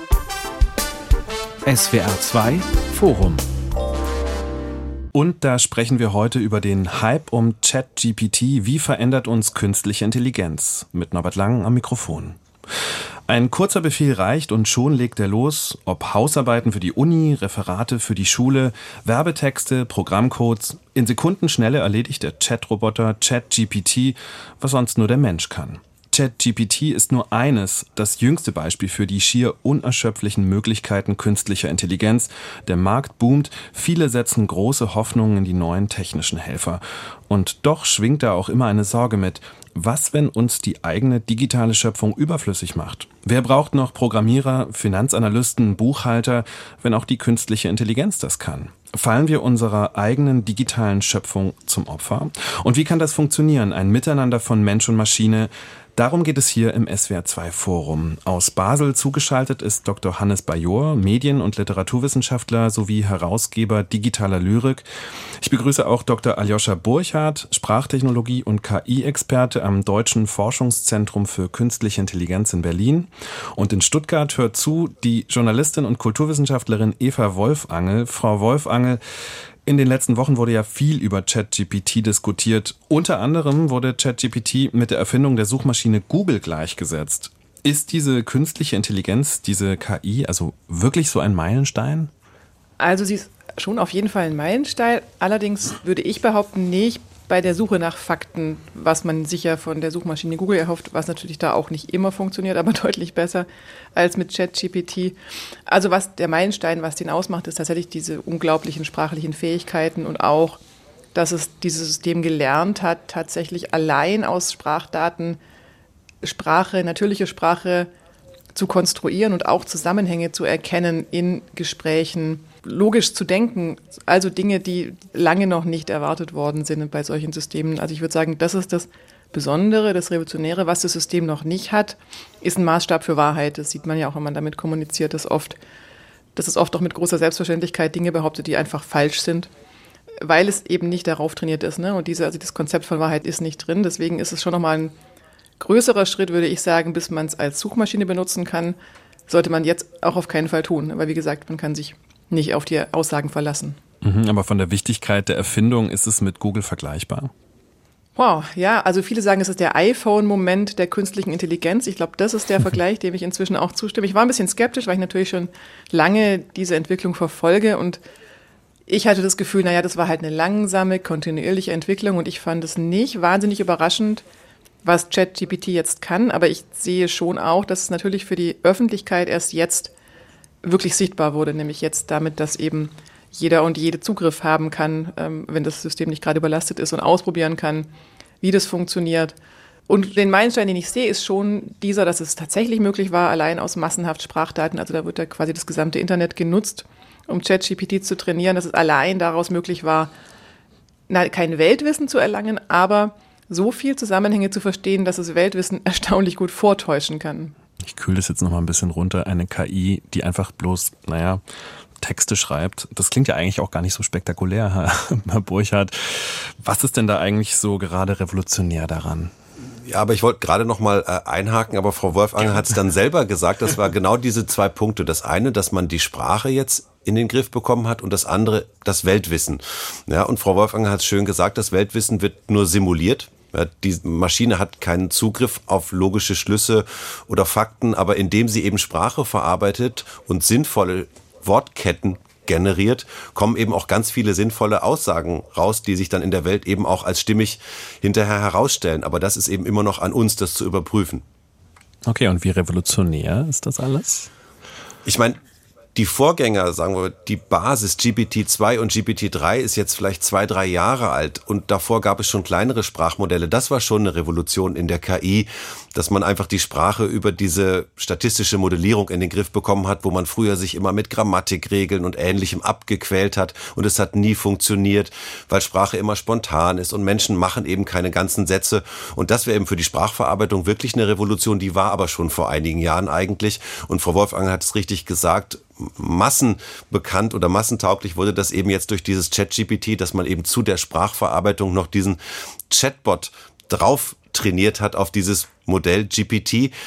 SWR 2 Forum. Und da sprechen wir heute über den Hype um ChatGPT. Wie verändert uns künstliche Intelligenz? Mit Norbert Lang am Mikrofon. Ein kurzer Befehl reicht und schon legt er los. Ob Hausarbeiten für die Uni, Referate für die Schule, Werbetexte, Programmcodes. In Sekundenschnelle erledigt der Chatroboter ChatGPT, was sonst nur der Mensch kann. ChatGPT ist nur das jüngste Beispiel für die schier unerschöpflichen Möglichkeiten künstlicher Intelligenz. Der Markt boomt, viele setzen große Hoffnungen in die neuen technischen Helfer. Und doch schwingt da auch immer eine Sorge mit. Was, wenn uns die eigene digitale Schöpfung überflüssig macht? Wer braucht noch Programmierer, Finanzanalysten, Buchhalter, wenn auch die künstliche Intelligenz das kann? Fallen wir unserer eigenen digitalen Schöpfung zum Opfer? Und wie kann das funktionieren? Ein Miteinander von Mensch und Maschine? Darum geht es hier im SWR 2 Forum. Aus Basel zugeschaltet ist Dr. Hannes Bajor, Medien- und Literaturwissenschaftler sowie Herausgeber digitaler Lyrik. Ich begrüße auch Dr. Aljoscha Burchardt, Sprachtechnologie- und KI-Experte am Deutschen Forschungszentrum für Künstliche Intelligenz in Berlin. Und in Stuttgart hört zu die Journalistin und Kulturwissenschaftlerin Eva Wolfangel. Frau Wolfangel, in den letzten Wochen wurde ja viel über ChatGPT diskutiert. Unter anderem wurde ChatGPT mit der Erfindung der Suchmaschine Google gleichgesetzt. Ist diese künstliche Intelligenz, diese KI, also wirklich so ein Meilenstein? Also sie ist schon auf jeden Fall ein Meilenstein. Allerdings würde ich behaupten, nicht bei der Suche nach Fakten, was man sicher von der Suchmaschine Google erhofft, was natürlich da auch nicht immer funktioniert, aber deutlich besser als mit ChatGPT. Also was der Meilenstein, was den ausmacht, ist tatsächlich diese unglaublichen sprachlichen Fähigkeiten und auch, dass es dieses System gelernt hat, tatsächlich allein aus Sprachdaten natürliche Sprache zu konstruieren und auch Zusammenhänge zu erkennen in Gesprächen, logisch zu denken, also Dinge, die lange noch nicht erwartet worden sind bei solchen Systemen. Also ich würde sagen, das ist das Besondere, das Revolutionäre, was das System noch nicht hat, ist ein Maßstab für Wahrheit. Das sieht man ja auch, wenn man damit kommuniziert, dass es oft auch mit großer Selbstverständlichkeit Dinge behauptet, die einfach falsch sind, weil es eben nicht darauf trainiert ist. Ne? Und das Konzept von Wahrheit ist nicht drin. Deswegen ist es schon nochmal ein größerer Schritt, würde ich sagen, bis man es als Suchmaschine benutzen kann, sollte man jetzt auch auf keinen Fall tun. Weil wie gesagt, man kann sich nicht auf die Aussagen verlassen. Aber von der Wichtigkeit der Erfindung ist es mit Google vergleichbar? Wow, ja, also viele sagen, es ist der iPhone-Moment der künstlichen Intelligenz. Ich glaube, das ist der Vergleich, dem ich inzwischen auch zustimme. Ich war ein bisschen skeptisch, weil ich natürlich schon lange diese Entwicklung verfolge und ich hatte das Gefühl, das war halt eine langsame, kontinuierliche Entwicklung und ich fand es nicht wahnsinnig überraschend, was ChatGPT jetzt kann, aber ich sehe schon auch, dass es natürlich für die Öffentlichkeit erst jetzt wirklich sichtbar wurde, nämlich jetzt damit, dass eben jeder und jede Zugriff haben kann, wenn das System nicht gerade überlastet ist und ausprobieren kann, wie das funktioniert. Und den Meilenstein, den ich sehe, ist schon dieser, dass es tatsächlich möglich war, allein aus massenhaft Sprachdaten, also da wird ja quasi das gesamte Internet genutzt, um ChatGPT zu trainieren, dass es allein daraus möglich war, kein Weltwissen zu erlangen, aber so viel Zusammenhänge zu verstehen, dass es Weltwissen erstaunlich gut vortäuschen kann. Ich kühle das jetzt noch mal ein bisschen runter. Eine KI, die einfach bloß, Texte schreibt. Das klingt ja eigentlich auch gar nicht so spektakulär, Herr Burchardt. Was ist denn da eigentlich so gerade revolutionär daran? Ja, aber ich wollte gerade noch mal einhaken, aber Frau Wolfangel hat es dann selber gesagt, das war genau diese zwei Punkte. Das eine, dass man die Sprache jetzt in den Griff bekommen hat und das andere, das Weltwissen. Ja, und Frau Wolfangel hat es schön gesagt, das Weltwissen wird nur simuliert. Ja, die Maschine hat keinen Zugriff auf logische Schlüsse oder Fakten, aber indem sie eben Sprache verarbeitet und sinnvolle Wortketten generiert, kommen eben auch ganz viele sinnvolle Aussagen raus, die sich dann in der Welt eben auch als stimmig hinterher herausstellen. Aber das ist eben immer noch an uns, das zu überprüfen. Okay, und wie revolutionär ist das alles? Ich meine, die Vorgänger, sagen wir, die Basis GPT-2 und GPT-3 ist jetzt vielleicht 2-3 Jahre alt und davor gab es schon kleinere Sprachmodelle. Das war schon eine Revolution in der KI, dass man einfach die Sprache über diese statistische Modellierung in den Griff bekommen hat, wo man früher sich immer mit Grammatikregeln und Ähnlichem abgequält hat und es hat nie funktioniert, weil Sprache immer spontan ist und Menschen machen eben keine ganzen Sätze und das wäre eben für die Sprachverarbeitung wirklich eine Revolution, die war aber schon vor einigen Jahren eigentlich und Frau Wolfangel hat es richtig gesagt, massenbekannt oder massentauglich wurde das eben jetzt durch dieses ChatGPT, dass man eben zu der Sprachverarbeitung noch diesen Chatbot drauf trainiert hat auf dieses Modell GPT,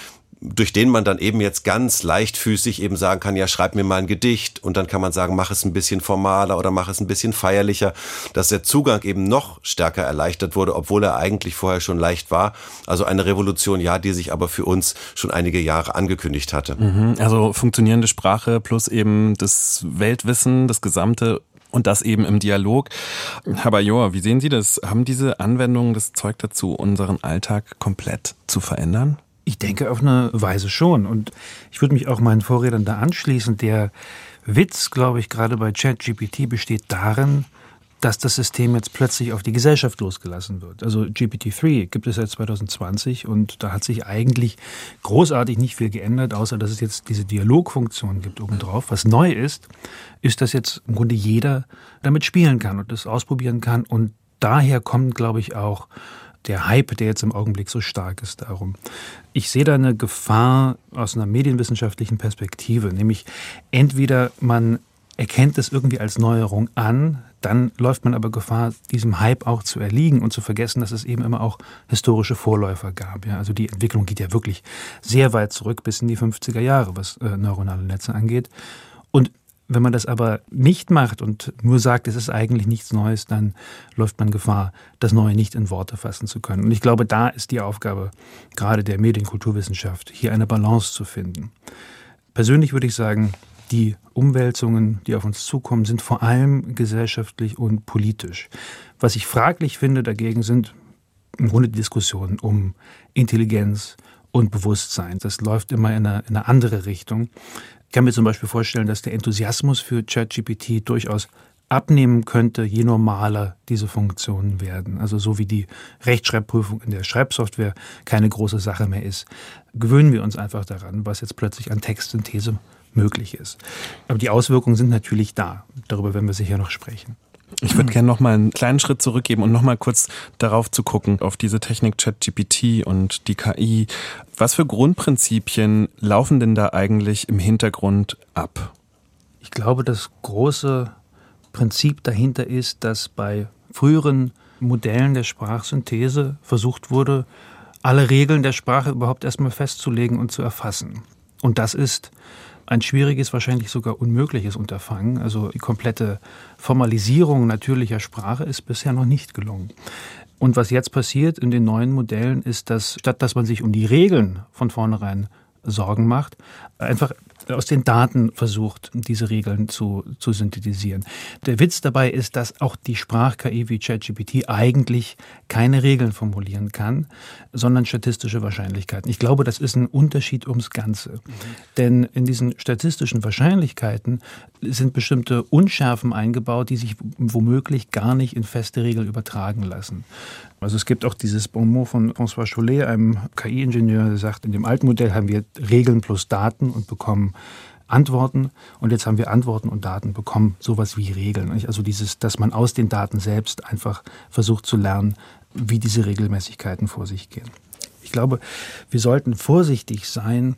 durch den man dann eben jetzt ganz leichtfüßig eben sagen kann, ja, schreib mir mal ein Gedicht, und dann kann man sagen, mach es ein bisschen formaler oder mach es ein bisschen feierlicher, dass der Zugang eben noch stärker erleichtert wurde, obwohl er eigentlich vorher schon leicht war. Also eine Revolution, ja, die sich aber für uns schon einige Jahre angekündigt hatte. Also funktionierende Sprache plus eben das Weltwissen, das Gesamte, und das eben im Dialog. Herr Bajor, wie sehen Sie das? Haben diese Anwendungen das Zeug dazu, unseren Alltag komplett zu verändern? Ich denke auf eine Weise schon. Und ich würde mich auch meinen Vorrednern da anschließen. Der Witz, glaube ich, gerade bei ChatGPT besteht darin, dass das System jetzt plötzlich auf die Gesellschaft losgelassen wird. Also GPT-3 gibt es seit 2020 und da hat sich eigentlich großartig nicht viel geändert, außer dass es jetzt diese Dialogfunktion gibt obendrauf. Was neu ist, dass jetzt im Grunde jeder damit spielen kann und das ausprobieren kann. Und daher kommt, glaube ich, auch der Hype, der jetzt im Augenblick so stark ist, darum. Ich sehe da eine Gefahr aus einer medienwissenschaftlichen Perspektive, nämlich entweder man erkennt es irgendwie als Neuerung an, dann läuft man aber Gefahr, diesem Hype auch zu erliegen und zu vergessen, dass es eben immer auch historische Vorläufer gab. Ja, also die Entwicklung geht ja wirklich sehr weit zurück bis in die 50er Jahre, was neuronale Netze angeht. Und wenn man das aber nicht macht und nur sagt, es ist eigentlich nichts Neues, dann läuft man Gefahr, das Neue nicht in Worte fassen zu können. Und ich glaube, da ist die Aufgabe gerade der Medienkulturwissenschaft, hier eine Balance zu finden. Persönlich würde ich sagen, die Umwälzungen, die auf uns zukommen, sind vor allem gesellschaftlich und politisch. Was ich fraglich finde dagegen, sind im Grunde die Diskussionen um Intelligenz und Bewusstsein. Das läuft immer in eine andere Richtung. Ich kann mir zum Beispiel vorstellen, dass der Enthusiasmus für ChatGPT durchaus abnehmen könnte, je normaler diese Funktionen werden. Also so wie die Rechtschreibprüfung in der Schreibsoftware keine große Sache mehr ist, gewöhnen wir uns einfach daran, was jetzt plötzlich an Textsynthese möglich ist. Aber die Auswirkungen sind natürlich da. Darüber werden wir sicher noch sprechen. Ich würde gerne noch mal einen kleinen Schritt zurückgeben und noch mal kurz darauf zu gucken, auf diese Technik ChatGPT und die KI. Was für Grundprinzipien laufen denn da eigentlich im Hintergrund ab? Ich glaube, das große Prinzip dahinter ist, dass bei früheren Modellen der Sprachsynthese versucht wurde, alle Regeln der Sprache überhaupt erstmal festzulegen und zu erfassen. Und das ist ein schwieriges, wahrscheinlich sogar unmögliches Unterfangen. Also die komplette Formalisierung natürlicher Sprache ist bisher noch nicht gelungen. Und was jetzt passiert in den neuen Modellen ist, dass statt dass man sich um die Regeln von vornherein Sorgen macht, einfach aus den Daten versucht, diese Regeln zu synthetisieren. Der Witz dabei ist, dass auch die Sprach-KI wie ChatGPT eigentlich keine Regeln formulieren kann, sondern statistische Wahrscheinlichkeiten. Ich glaube, das ist ein Unterschied ums Ganze. Denn in diesen statistischen Wahrscheinlichkeiten sind bestimmte Unschärfen eingebaut, die sich womöglich gar nicht in feste Regeln übertragen lassen. Also es gibt auch dieses Bonmot von François Chollet, einem KI-Ingenieur, der sagt, in dem alten Modell haben wir Regeln plus Daten und bekommen Antworten. Und jetzt haben wir Antworten und Daten bekommen, sowas wie Regeln. Also dieses, dass man aus den Daten selbst einfach versucht zu lernen, wie diese Regelmäßigkeiten vor sich gehen. Ich glaube, wir sollten vorsichtig sein,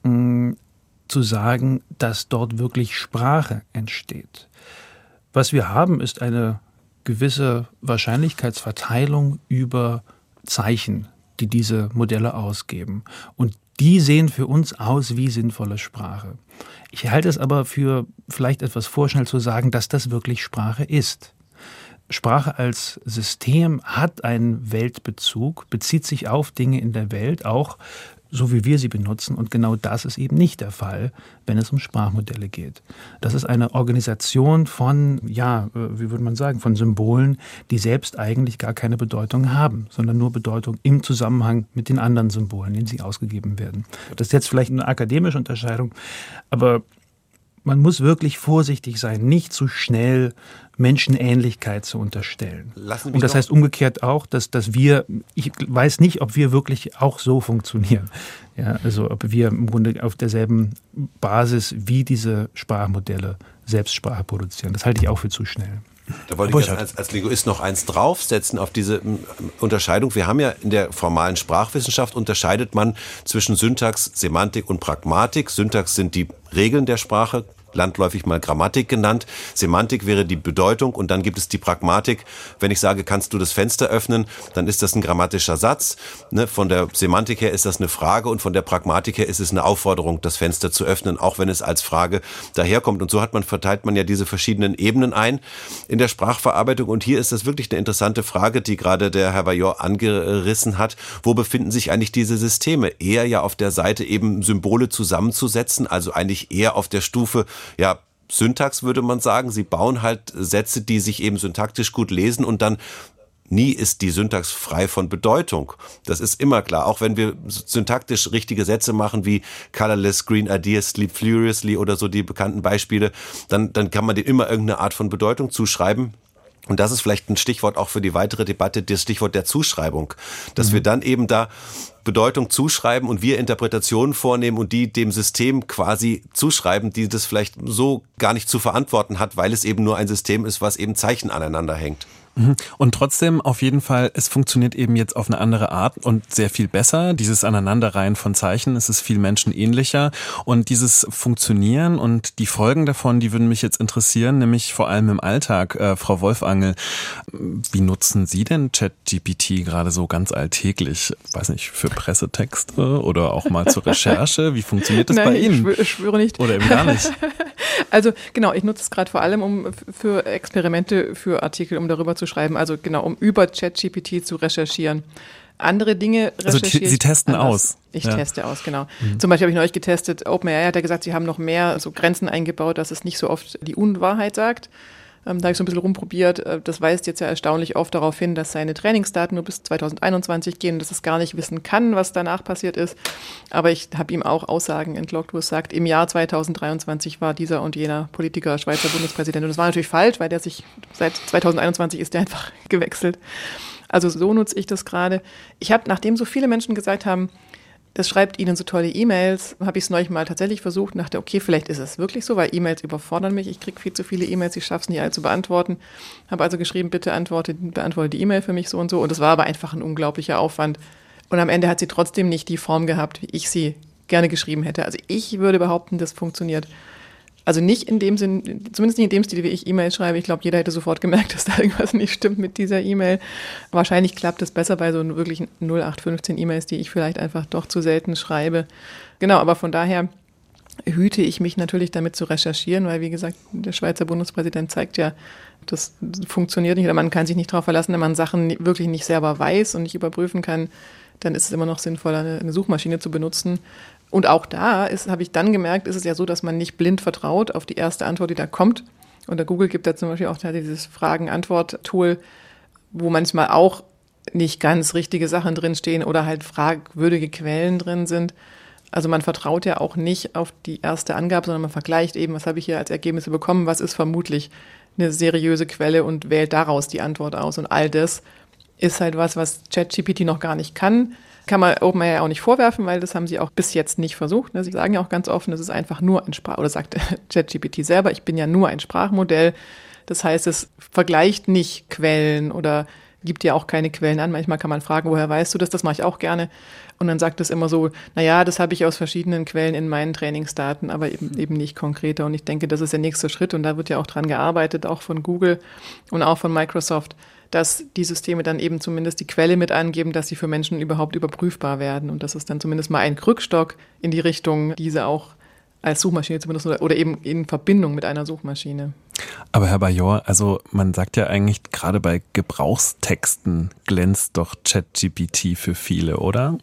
zu sagen, dass dort wirklich Sprache entsteht. Was wir haben, ist eine gewisse Wahrscheinlichkeitsverteilung über Zeichen, die diese Modelle ausgeben. Und die sehen für uns aus wie sinnvolle Sprache. Ich halte es aber für vielleicht etwas vorschnell zu sagen, dass das wirklich Sprache ist. Sprache als System hat einen Weltbezug, bezieht sich auf Dinge in der Welt, auch so wie wir sie benutzen. Und genau das ist eben nicht der Fall, wenn es um Sprachmodelle geht. Das ist eine Organisation von, wie würde man sagen, von Symbolen, die selbst eigentlich gar keine Bedeutung haben, sondern nur Bedeutung im Zusammenhang mit den anderen Symbolen, denen sie ausgegeben werden. Das ist jetzt vielleicht eine akademische Unterscheidung, aber man muss wirklich vorsichtig sein, nicht zu schnell Menschenähnlichkeit zu unterstellen. Und das heißt umgekehrt auch, dass wir, ich weiß nicht, ob wir wirklich auch so funktionieren. Ja, also ob wir im Grunde auf derselben Basis wie diese Sprachmodelle Selbstsprache produzieren. Das halte ich auch für zu schnell. Da wollte ich als Linguist noch eins draufsetzen auf diese Unterscheidung. Wir haben ja in der formalen Sprachwissenschaft unterscheidet man zwischen Syntax, Semantik und Pragmatik. Syntax sind die Regeln der Sprache, landläufig mal Grammatik genannt. Semantik wäre die Bedeutung und dann gibt es die Pragmatik. Wenn ich sage, kannst du das Fenster öffnen, dann ist das ein grammatischer Satz. Ne? Von der Semantik her ist das eine Frage und von der Pragmatik her ist es eine Aufforderung, das Fenster zu öffnen, auch wenn es als Frage daherkommt. Und so verteilt man ja diese verschiedenen Ebenen ein in der Sprachverarbeitung. Und hier ist das wirklich eine interessante Frage, die gerade der Herr Vaillant angerissen hat. Wo befinden sich eigentlich diese Systeme? Eher ja auf der Seite eben Symbole zusammenzusetzen, also eigentlich eher auf der Stufe, ja, Syntax würde man sagen. Sie bauen halt Sätze, die sich eben syntaktisch gut lesen und dann nie ist die Syntax frei von Bedeutung. Das ist immer klar. Auch wenn wir syntaktisch richtige Sätze machen wie colorless, green ideas, sleep furiously oder so die bekannten Beispiele, dann kann man dem immer irgendeine Art von Bedeutung zuschreiben. Und das ist vielleicht ein Stichwort auch für die weitere Debatte, das Stichwort der Zuschreibung. Dass wir dann eben da Bedeutung zuschreiben und wir Interpretationen vornehmen und die dem System quasi zuschreiben, die das vielleicht so gar nicht zu verantworten hat, weil es eben nur ein System ist, was eben Zeichen aneinander hängt. Und trotzdem auf jeden Fall, es funktioniert eben jetzt auf eine andere Art und sehr viel besser. Dieses Aneinanderreihen von Zeichen, es ist viel menschenähnlicher und dieses Funktionieren und die Folgen davon, die würden mich jetzt interessieren, nämlich vor allem im Alltag. Frau Wolfangel, wie nutzen Sie denn ChatGPT gerade so ganz alltäglich? Weiß nicht, für Pressetexte oder auch mal zur Recherche? Wie funktioniert das bei Ihnen? Ich schwöre nicht. Oder eben gar nicht? Also genau, ich nutze es gerade vor allem für Experimente, für Artikel, um darüber zu schreiben, also genau, um über ChatGPT zu recherchieren. Andere Dinge recherchiere also Sie testen anders. aus? Ich teste aus, genau. Zum Beispiel habe ich neulich getestet, OpenAI hat ja gesagt, sie haben noch mehr so Grenzen eingebaut, dass es nicht so oft die Unwahrheit sagt. Da habe ich so ein bisschen rumprobiert. Das weist jetzt ja erstaunlich oft darauf hin, dass seine Trainingsdaten nur bis 2021 gehen, dass es gar nicht wissen kann, was danach passiert ist. Aber ich habe ihm auch Aussagen entlockt, wo es sagt, im Jahr 2023 war dieser und jener Politiker Schweizer Bundespräsident. Und das war natürlich falsch, weil der sich seit 2021 ist der einfach gewechselt. Also so nutze ich das gerade. Ich habe, nachdem so viele Menschen gesagt haben, das schreibt Ihnen so tolle E-Mails, habe ich es neulich mal tatsächlich versucht und dachte, okay, vielleicht ist es wirklich so, weil E-Mails überfordern mich. Ich kriege viel zu viele E-Mails, ich schaffe es nicht alle zu beantworten. Habe also geschrieben, bitte beantworte die E-Mail für mich so und so. Und es war aber einfach ein unglaublicher Aufwand. Und am Ende hat sie trotzdem nicht die Form gehabt, wie ich sie gerne geschrieben hätte. Also ich würde behaupten, das funktioniert. Also nicht in dem Sinn, zumindest nicht in dem Stil, wie ich E-Mails schreibe. Ich glaube, jeder hätte sofort gemerkt, dass da irgendwas nicht stimmt mit dieser E-Mail. Wahrscheinlich klappt es besser bei so wirklich 0815 E-Mails, die ich vielleicht einfach doch zu selten schreibe. Genau, aber von daher hüte ich mich natürlich damit zu recherchieren, weil wie gesagt, der Schweizer Bundespräsident zeigt ja, das funktioniert nicht oder man kann sich nicht darauf verlassen, wenn man Sachen wirklich nicht selber weiß und nicht überprüfen kann, dann ist es immer noch sinnvoller, eine Suchmaschine zu benutzen. Und auch da habe ich dann gemerkt, ist es ja so, dass man nicht blind vertraut auf die erste Antwort, die da kommt. Und der Google gibt ja zum Beispiel auch dieses Fragen-Antwort-Tool, wo manchmal auch nicht ganz richtige Sachen drinstehen oder halt fragwürdige Quellen drin sind. Also man vertraut ja auch nicht auf die erste Angabe, sondern man vergleicht eben, was habe ich hier als Ergebnisse bekommen, was ist vermutlich eine seriöse Quelle und wählt daraus die Antwort aus. Und all das ist halt was ChatGPT noch gar nicht kann. Kann man OpenAI auch nicht vorwerfen, weil das haben sie auch bis jetzt nicht versucht. Sie sagen ja auch ganz offen, es ist einfach nur ein oder sagt ChatGPT selber, ich bin ja nur ein Sprachmodell. Das heißt, es vergleicht nicht Quellen oder gibt ja auch keine Quellen an. Manchmal kann man fragen, woher weißt du das? Das mache ich auch gerne. Und dann sagt es immer so, naja, das habe ich aus verschiedenen Quellen in meinen Trainingsdaten, aber eben nicht konkreter. Und ich denke, das ist der nächste Schritt und da wird ja auch dran gearbeitet, auch von Google und auch von Microsoft, dass die Systeme dann eben zumindest die Quelle mit angeben, dass sie für Menschen überhaupt überprüfbar werden. Und das ist dann zumindest mal ein Krückstock in die Richtung, diese auch als Suchmaschine zu benutzen oder eben in Verbindung mit einer Suchmaschine. Aber Herr Vaillant, also man sagt ja eigentlich, gerade bei Gebrauchstexten glänzt doch ChatGPT für viele, oder?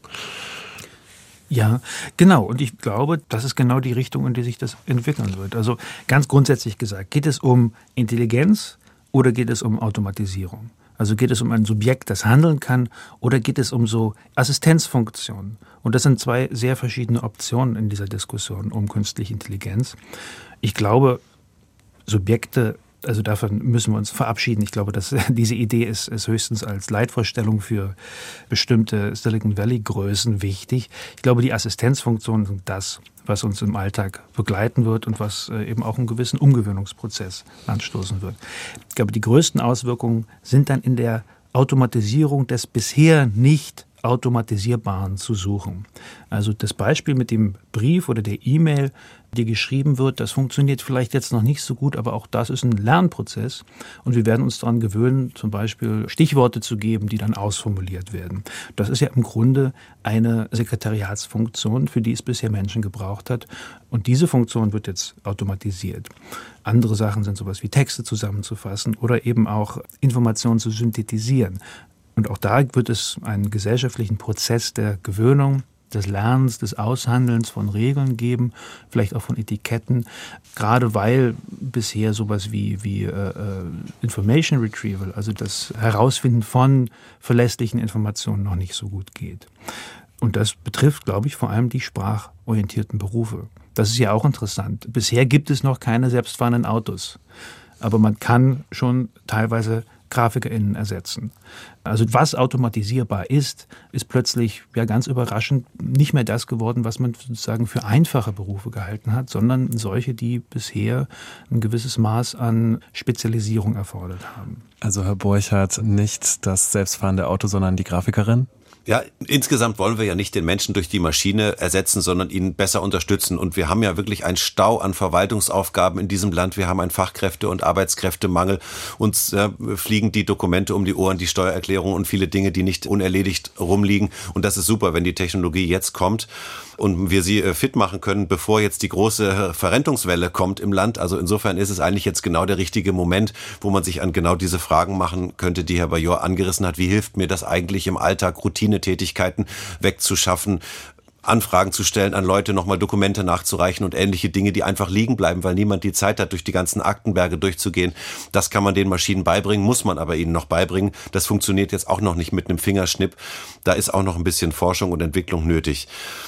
Ja, genau. Und ich glaube, das ist genau die Richtung, in die sich das entwickeln wird. Also ganz grundsätzlich gesagt, geht es um Intelligenz oder geht es um Automatisierung? Also geht es um ein Subjekt, das handeln kann, oder geht es um so Assistenzfunktionen? Und das sind zwei sehr verschiedene Optionen in dieser Diskussion um künstliche Intelligenz. Ich glaube, Subjekte, also davon müssen wir uns verabschieden. Ich glaube, dass diese Idee ist höchstens als Leitvorstellung für bestimmte Silicon Valley-Größen wichtig. Ich glaube, die Assistenzfunktionen sind das, was uns im Alltag begleiten wird und was eben auch einen gewissen Umgewöhnungsprozess anstoßen wird. Ich glaube, die größten Auswirkungen sind dann in der Automatisierung des bisher nicht Automatisierbaren zu suchen. Also das Beispiel mit dem Brief oder der E-Mail die geschrieben wird. Das funktioniert vielleicht jetzt noch nicht so gut, aber auch das ist ein Lernprozess. Und wir werden uns daran gewöhnen, zum Beispiel Stichworte zu geben, die dann ausformuliert werden. Das ist ja im Grunde eine Sekretariatsfunktion, für die es bisher Menschen gebraucht hat. Und diese Funktion wird jetzt automatisiert. Andere Sachen sind sowas wie Texte zusammenzufassen oder eben auch Informationen zu synthetisieren. Und auch da wird es einen gesellschaftlichen Prozess der Gewöhnung, des Lernens, des Aushandelns von Regeln geben, vielleicht auch von Etiketten, gerade weil bisher sowas wie Information Retrieval, also das Herausfinden von verlässlichen Informationen noch nicht so gut geht. Und das betrifft, glaube ich, vor allem die sprachorientierten Berufe. Das ist ja auch interessant. Bisher gibt es noch keine selbstfahrenden Autos, aber man kann schon teilweise GrafikerInnen ersetzen. Also was automatisierbar ist plötzlich ja ganz überraschend nicht mehr das geworden, was man sozusagen für einfache Berufe gehalten hat, sondern solche, die bisher ein gewisses Maß an Spezialisierung erfordert haben. Also Herr Borchardt, nicht das selbstfahrende Auto, sondern die Grafikerin? Ja, insgesamt wollen wir ja nicht den Menschen durch die Maschine ersetzen, sondern ihn besser unterstützen. Und wir haben ja wirklich einen Stau an Verwaltungsaufgaben in diesem Land. Wir haben einen Fachkräfte- und Arbeitskräftemangel. Uns fliegen die Dokumente um die Ohren, die Steuererklärung und viele Dinge, die nicht unerledigt rumliegen. Und das ist super, wenn die Technologie jetzt kommt und wir sie fit machen können, bevor jetzt die große Verrentungswelle kommt im Land. Also insofern ist es eigentlich jetzt genau der richtige Moment, wo man sich an genau diese Fragen machen könnte, die Herr Bajor angerissen hat. Wie hilft mir das eigentlich im Alltag, Routinetätigkeiten wegzuschaffen, Anfragen zu stellen an Leute, nochmal Dokumente nachzureichen und ähnliche Dinge, die einfach liegen bleiben, weil niemand die Zeit hat, durch die ganzen Aktenberge durchzugehen. Das kann man den Maschinen beibringen, muss man aber ihnen noch beibringen. Das funktioniert jetzt auch noch nicht mit einem Fingerschnipp. Da ist auch noch ein bisschen Forschung und Entwicklung nötig.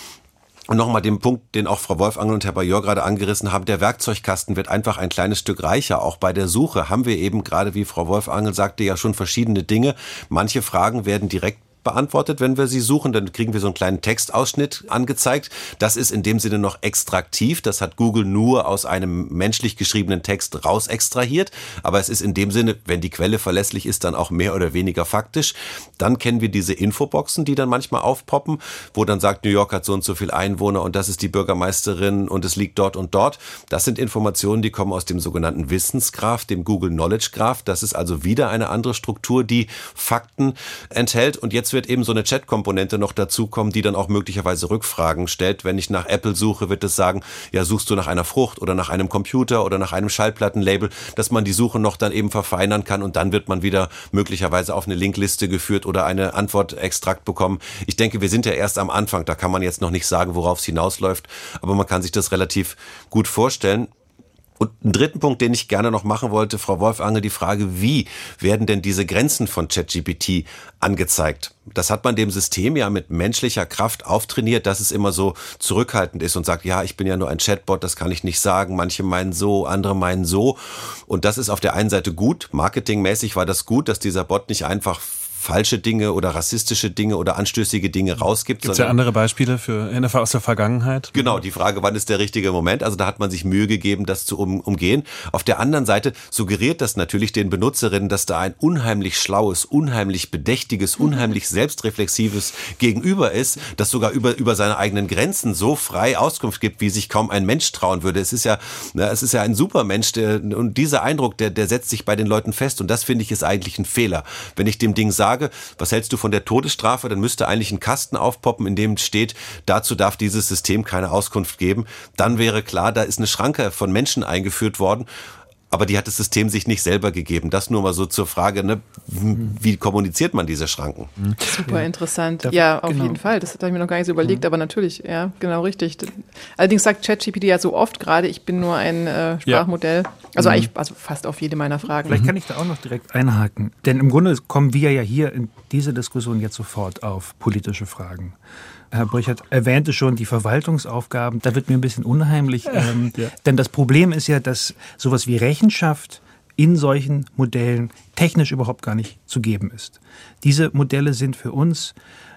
Und nochmal den Punkt, den auch Frau Wolfangel und Herr Bajor gerade angerissen haben, der Werkzeugkasten wird einfach ein kleines Stück reicher. Auch bei der Suche haben wir eben gerade, wie Frau Wolfangel sagte, ja schon verschiedene Dinge. Manche Fragen werden direkt beantwortet, wenn wir sie suchen, dann kriegen wir so einen kleinen Textausschnitt angezeigt. Das ist in dem Sinne noch extraktiv, das hat Google nur aus einem menschlich geschriebenen Text raus extrahiert, aber es ist in dem Sinne, wenn die Quelle verlässlich ist, dann auch mehr oder weniger faktisch. Dann kennen wir diese Infoboxen, die dann manchmal aufpoppen, wo dann sagt, New York hat so und so viel Einwohner und das ist die Bürgermeisterin und es liegt dort und dort. Das sind Informationen, die kommen aus dem sogenannten Wissensgraph, dem Google Knowledge Graph. Das ist also wieder eine andere Struktur, die Fakten enthält. Und jetzt wird eben so eine Chat-Komponente noch dazukommen, die dann auch möglicherweise Rückfragen stellt. Wenn ich nach Apple suche, wird es sagen, ja, suchst du nach einer Frucht oder nach einem Computer oder nach einem Schallplattenlabel, dass man die Suche noch dann eben verfeinern kann und dann wird man wieder möglicherweise auf eine Linkliste geführt oder eine Antwortextrakt bekommen. Ich denke, wir sind ja erst am Anfang, da kann man jetzt noch nicht sagen, worauf es hinausläuft, aber man kann sich das relativ gut vorstellen. Und einen dritten Punkt, den ich gerne noch machen wollte, Frau Wolfangel, die Frage, wie werden denn diese Grenzen von ChatGPT angezeigt? Das hat man dem System ja mit menschlicher Kraft auftrainiert, dass es immer so zurückhaltend ist und sagt, ja, ich bin ja nur ein Chatbot, das kann ich nicht sagen. Manche meinen so, andere meinen so. Und das ist auf der einen Seite gut. Marketingmäßig war das gut, dass dieser Bot nicht einfach falsche Dinge oder rassistische Dinge oder anstößige Dinge rausgibt. Gibt es ja andere Beispiele aus der Vergangenheit? Genau, die Frage, wann ist der richtige Moment? Also da hat man sich Mühe gegeben, das zu umgehen. Auf der anderen Seite suggeriert das natürlich den Benutzerinnen, dass da ein unheimlich schlaues, unheimlich bedächtiges, unheimlich selbstreflexives Gegenüber ist, das sogar über seine eigenen Grenzen so frei Auskunft gibt, wie sich kaum ein Mensch trauen würde. Es ist ja ein Supermensch, und dieser Eindruck, der setzt sich bei den Leuten fest. Und das, finde ich, ist eigentlich ein Fehler. Wenn ich dem Ding sage, was hältst du von der Todesstrafe, dann müsste eigentlich ein Kasten aufpoppen, in dem steht, dazu darf dieses System keine Auskunft geben. Dann wäre klar, da ist eine Schranke von Menschen eingeführt worden, aber die hat das System sich nicht selber gegeben. Das nur mal so zur Frage, ne, wie kommuniziert man diese Schranken? Super interessant. Ja, auf jeden Fall. Das habe ich mir noch gar nicht so überlegt, aber natürlich, ja, genau richtig. Allerdings sagt ChatGPT ja so oft gerade, ich bin nur ein Sprachmodell. Also eigentlich fast auf jede meiner Fragen. Vielleicht kann ich da auch noch direkt einhaken. Denn im Grunde kommen wir ja hier in diese Diskussion jetzt sofort auf politische Fragen. Herr Borchardt erwähnte schon die Verwaltungsaufgaben. Da wird mir ein bisschen unheimlich. Denn das Problem ist ja, dass sowas wie Rechenschaft in solchen Modellen technisch überhaupt gar nicht zu geben ist. Diese Modelle sind für uns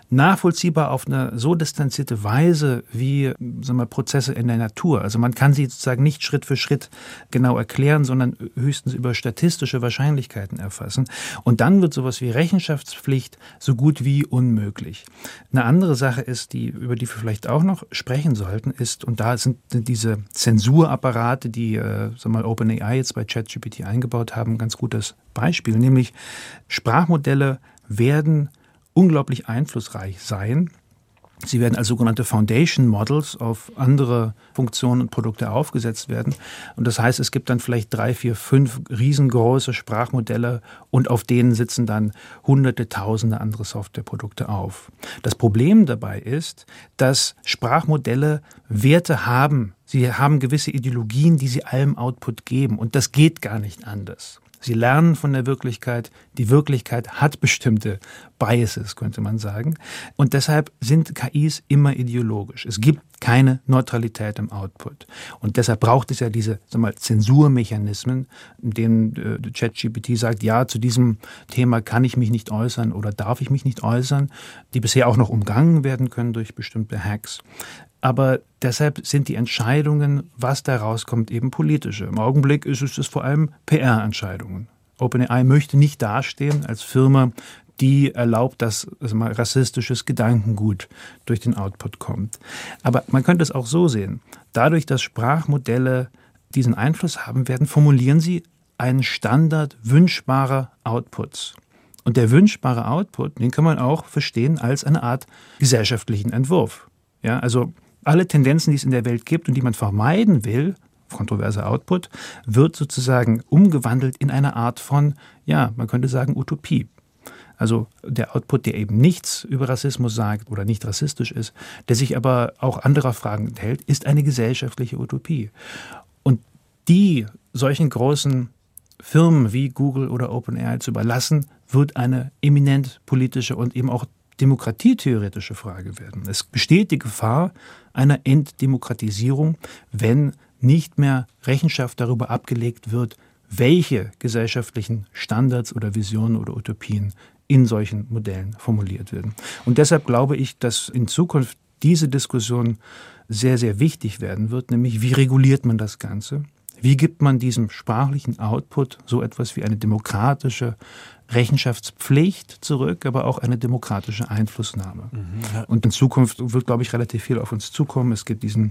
nachvollziehbar auf eine so distanzierte Weise wie Prozesse in der Natur. Also man kann sie sozusagen nicht Schritt für Schritt genau erklären, sondern höchstens über statistische Wahrscheinlichkeiten erfassen. Und dann wird sowas wie Rechenschaftspflicht so gut wie unmöglich. Eine andere Sache ist, über die wir vielleicht auch noch sprechen sollten, ist, und da sind diese Zensurapparate, die OpenAI jetzt bei ChatGPT eingebaut haben, ein ganz gutes Beispiel, nämlich Sprachmodelle werden unglaublich einflussreich sein. Sie werden als sogenannte Foundation Models auf andere Funktionen und Produkte aufgesetzt werden. Und das heißt, es gibt dann vielleicht 3, 4, 5 riesengroße Sprachmodelle und auf denen sitzen dann Hunderte, Tausende andere Softwareprodukte auf. Das Problem dabei ist, dass Sprachmodelle Werte haben. Sie haben gewisse Ideologien, die sie allem Output geben. Und das geht gar nicht anders. Sie lernen von der Wirklichkeit. Die Wirklichkeit hat bestimmte Biases, könnte man sagen. Und deshalb sind KIs immer ideologisch. Es gibt keine Neutralität im Output. Und deshalb braucht es ja diese Zensurmechanismen, in denen ChatGPT sagt, ja, zu diesem Thema kann ich mich nicht äußern oder darf ich mich nicht äußern, die bisher auch noch umgangen werden können durch bestimmte Hacks. Aber deshalb sind die Entscheidungen, was da rauskommt, eben politische. Im Augenblick ist es vor allem PR-Entscheidungen. OpenAI möchte nicht dastehen als Firma, die erlaubt, dass rassistisches Gedankengut durch den Output kommt. Aber man könnte es auch so sehen. Dadurch, dass Sprachmodelle diesen Einfluss haben werden, formulieren sie einen Standard wünschbarer Outputs. Und der wünschbare Output, den kann man auch verstehen als eine Art gesellschaftlichen Entwurf. Ja, also alle Tendenzen, die es in der Welt gibt und die man vermeiden will, kontroverser Output, wird sozusagen umgewandelt in eine Art von, ja, man könnte sagen, Utopie. Also der Output, der eben nichts über Rassismus sagt oder nicht rassistisch ist, der sich aber auch anderer Fragen enthält, ist eine gesellschaftliche Utopie. Und die solchen großen Firmen wie Google oder OpenAI zu überlassen, wird eine eminent politische und eben auch demokratietheoretische Frage werden. Es besteht die Gefahr einer Entdemokratisierung, wenn nicht mehr Rechenschaft darüber abgelegt wird, welche gesellschaftlichen Standards oder Visionen oder Utopien in solchen Modellen formuliert werden. Und deshalb glaube ich, dass in Zukunft diese Diskussion sehr, sehr wichtig werden wird, nämlich wie reguliert man das Ganze? Wie gibt man diesem sprachlichen Output so etwas wie eine demokratische Rechenschaftspflicht zurück, aber auch eine demokratische Einflussnahme? Ja. Und in Zukunft wird, glaube ich, relativ viel auf uns zukommen. Es gibt diesen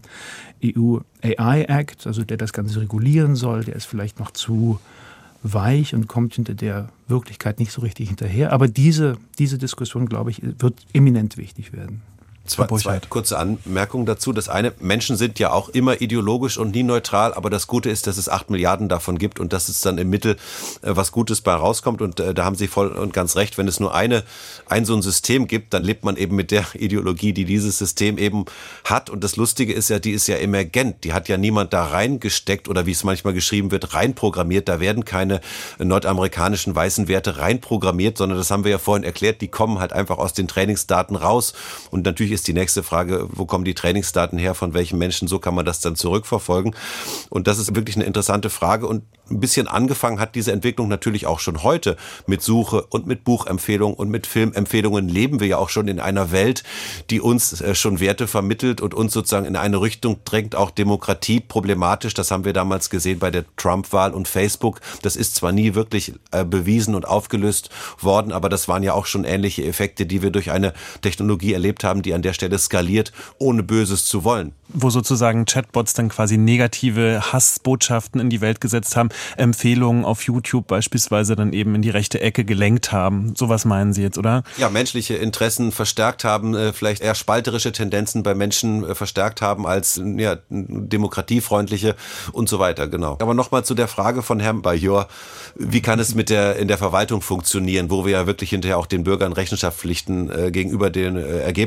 EU AI Act, also der das Ganze regulieren soll. Der ist vielleicht noch zu weich und kommt hinter der Wirklichkeit nicht so richtig hinterher. Aber diese Diskussion, glaube ich, wird eminent wichtig werden. Zwei kurze Anmerkungen dazu. Das eine, Menschen sind ja auch immer ideologisch und nie neutral, aber das Gute ist, dass es 8 Milliarden davon gibt und dass es dann im Mittel was Gutes bei rauskommt. Und da haben Sie voll und ganz recht, wenn es nur ein so ein System gibt, dann lebt man eben mit der Ideologie, die dieses System eben hat. Und das Lustige ist ja, die ist ja emergent. Die hat ja niemand da reingesteckt oder wie es manchmal geschrieben wird, reinprogrammiert. Da werden keine nordamerikanischen weißen Werte reinprogrammiert, sondern das haben wir ja vorhin erklärt, die kommen halt einfach aus den Trainingsdaten raus. Und natürlich ist die nächste Frage, wo kommen die Trainingsdaten her, von welchen Menschen, so kann man das dann zurückverfolgen. Und das ist wirklich eine interessante Frage und ein bisschen angefangen hat diese Entwicklung natürlich auch schon heute mit Suche und mit Buchempfehlungen und mit Filmempfehlungen leben wir ja auch schon in einer Welt, die uns schon Werte vermittelt und uns sozusagen in eine Richtung drängt, auch Demokratie problematisch. Das haben wir damals gesehen bei der Trump-Wahl und Facebook. Das ist zwar nie wirklich bewiesen und aufgelöst worden, aber das waren ja auch schon ähnliche Effekte, die wir durch eine Technologie erlebt haben, die an der Stelle skaliert, ohne Böses zu wollen. Wo sozusagen Chatbots dann quasi negative Hassbotschaften in die Welt gesetzt haben, Empfehlungen auf YouTube beispielsweise dann eben in die rechte Ecke gelenkt haben. Sowas meinen Sie jetzt, oder? Ja, menschliche Interessen verstärkt haben, vielleicht eher spalterische Tendenzen bei Menschen verstärkt haben als demokratiefreundliche und so weiter, genau. Aber nochmal zu der Frage von Herrn Bajor, wie kann es in der Verwaltung funktionieren, wo wir ja wirklich hinterher auch den Bürgern Rechenschaftspflichten gegenüber den Ergebnissen haben.